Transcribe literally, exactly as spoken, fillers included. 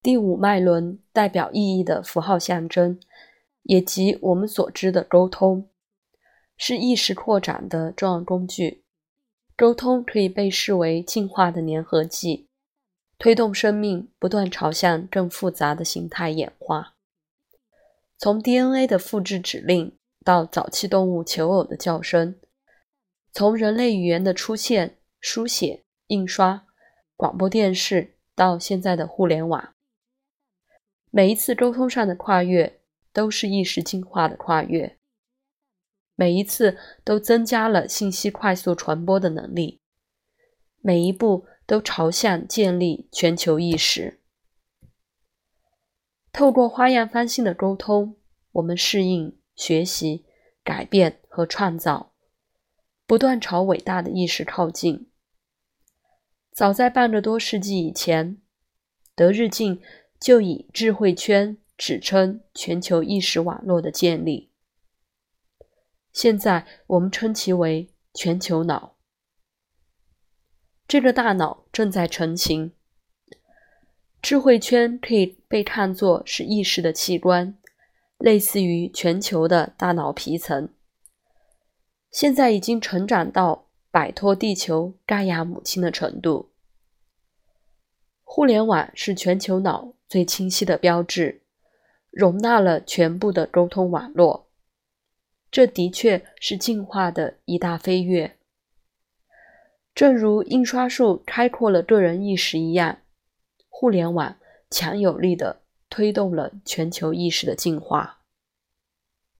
第五脉轮代表意义的符号象征，也即我们所知的沟通，是意识扩展的重要工具。沟通可以被视为进化的粘合剂，推动生命不断朝向更复杂的形态演化。从 D N A 的复制指令到早期动物求偶的叫声，从人类语言的出现、书写、印刷、广播电视到现在的互联网，每一次沟通上的跨越都是意识进化的跨越，每一次都增加了信息快速传播的能力，每一步都朝向建立全球意识。透过花样翻新的沟通，我们适应、学习、改变和创造，不断朝伟大的意识靠近。早在半个多世纪以前，德日进就以智慧圈指称全球意识网络的建立。现在我们称其为全球脑。这个大脑正在成型。智慧圈可以被看作是意识的器官，类似于全球的大脑皮层。现在已经成长到摆脱地球盖亚母亲的程度。互联网是全球脑最清晰的标志，容纳了全部的沟通网络。这的确是进化的一大飞跃。正如印刷术开阔了个人意识一样，互联网强有力地推动了全球意识的进化。